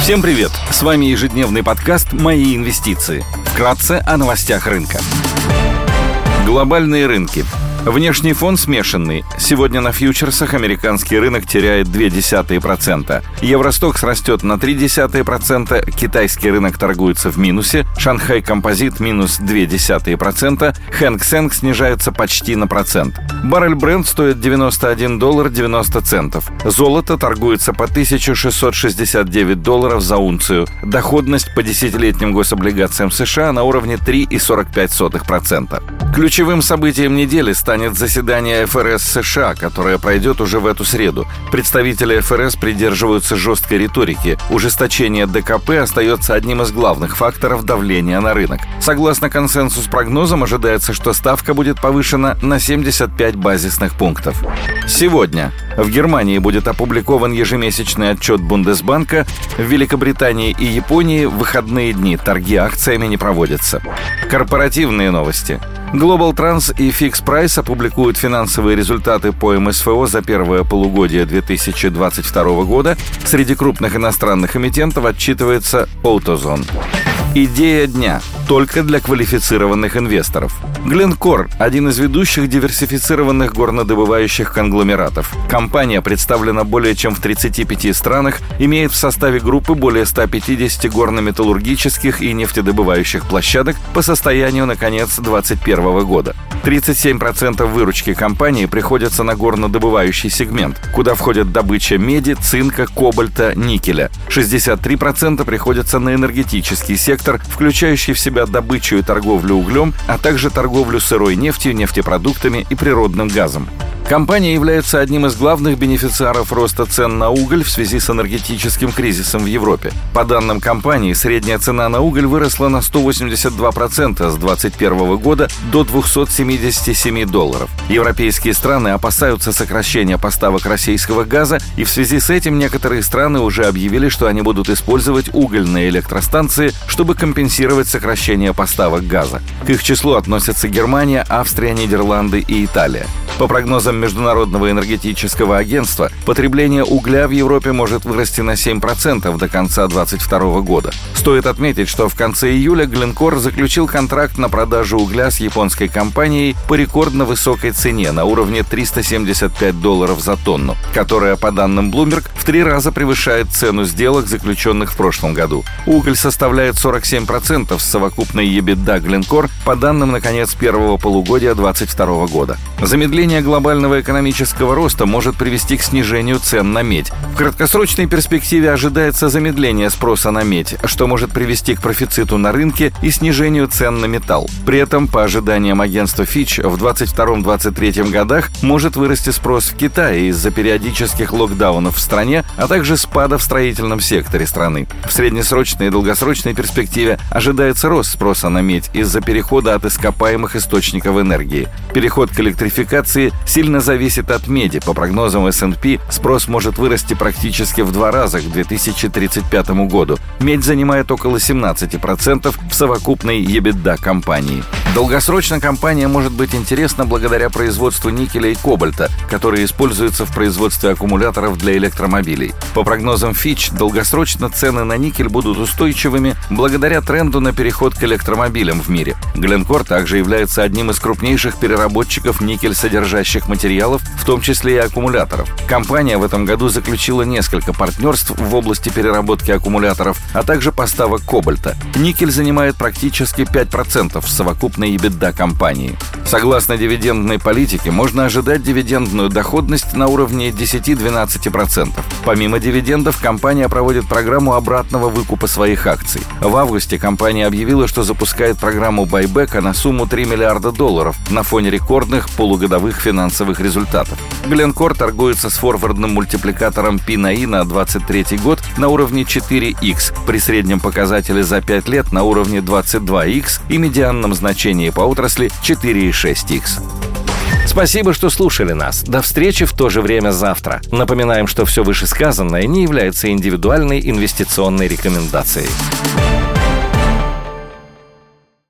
Всем привет! С вами ежедневный подкаст «Мои инвестиции». Вкратце о новостях рынка. Глобальные рынки. Внешний фон смешанный. Сегодня на фьючерсах американский рынок теряет 0,2%. Евростокс растет на 0,3%, китайский рынок торгуется в минусе, Шанхай Композит минус 0,2%, Хэнк Сэнк снижается почти на процент. Баррель Брент стоит $91.90. Золото торгуется по $1669 за унцию. Доходность по десятилетним гособлигациям США на уровне 3,45%. Ключевым событием недели станет заседание ФРС США, которое пройдет уже в эту среду. Представители ФРС придерживаются жесткой риторики. Ужесточение ДКП остается одним из главных факторов давления на рынок. Согласно консенсус-прогнозам, ожидается, что ставка будет повышена на 75 базисных пунктов. Сегодня в Германии будет опубликован ежемесячный отчет Бундесбанка. В Великобритании и Японии в выходные дни торги акциями не проводятся. Корпоративные новости. Global Trans и Fix Price опубликуют финансовые результаты по МСФО за первое полугодие 2022 года. Среди крупных иностранных эмитентов отчитывается AutoZone. Идея дня. Только для квалифицированных инвесторов. Glencore – один из ведущих диверсифицированных горнодобывающих конгломератов. Компания представлена более чем в 35 странах, имеет в составе группы более 150 горно-металлургических и нефтедобывающих площадок по состоянию на конец 2021 года. 37% выручки компании приходится на горнодобывающий сегмент, куда входят добыча меди, цинка, кобальта, никеля. 63% приходится на энергетический сектор, включающий в себя добычу и торговлю углем, а также торговлю сырой нефтью, нефтепродуктами и природным газом. Компания является одним из главных бенефициаров роста цен на уголь в связи с энергетическим кризисом в Европе. По данным компании, средняя цена на уголь выросла на 182% с 2021 года до $277. Европейские страны опасаются сокращения поставок российского газа, и в связи с этим некоторые страны уже объявили, что они будут использовать угольные электростанции, чтобы компенсировать сокращение поставок газа. К их числу относятся Германия, Австрия, Нидерланды и Италия. По прогнозам Международного энергетического агентства, потребление угля в Европе может вырасти на 7% до конца 2022 года. Стоит отметить, что в конце июля Glencore заключил контракт на продажу угля с японской компанией по рекордно высокой цене на уровне $375 за тонну, которая, по данным Bloomberg, в 3 раза превышает цену сделок, заключенных в прошлом году. Уголь составляет 47% совокупной EBITDA Glencore по данным на конец первого полугодия 2022 года. Замедление глобального экономического роста может привести к снижению цен на медь. В краткосрочной перспективе ожидается замедление спроса на медь, что может привести к профициту на рынке и снижению цен на металл. При этом, по ожиданиям агентства Fitch, в 2022-2023 годах может вырасти спрос в Китае из-за периодических локдаунов в стране, а также спада в строительном секторе страны. В среднесрочной и долгосрочной перспективе ожидается рост спроса на медь из-за перехода от ископаемых источников энергии. Переход к электрификации сильно зависит от меди. По прогнозам S&P, спрос может вырасти практически в 2 раза к 2035 году. Медь занимает около 17% в совокупной EBITDA компании. Долгосрочно компания может быть интересна благодаря производству никеля и кобальта, которые используются в производстве аккумуляторов для электромобилей. По прогнозам Fitch, долгосрочно цены на никель будут устойчивыми благодаря тренду на переход к электромобилям в мире. Glencore также является одним из крупнейших переработчиков никель-содержащих материалов, в том числе и аккумуляторов. Компания в этом году заключила несколько партнерств в области переработки аккумуляторов, а также поставок кобальта. Никель занимает практически 5% в совокупной EBITDA компании. Согласно дивидендной политике, можно ожидать дивидендную доходность на уровне 10-12%. Помимо дивидендов, компания проводит программу обратного выкупа своих акций. В августе компания объявила, что запускает программу байбека на сумму $3 миллиарда на фоне рекордных полугодовых финансовых результатов. Glencore торгуется с форвардным мультипликатором P на I на 2023 год на уровне 4x, при среднем показателе за 5 лет на уровне 22x и медианном значении по отрасли 4,6x. Спасибо, что слушали нас. До встречи в то же время завтра. Напоминаем, что все вышесказанное не является индивидуальной инвестиционной рекомендацией.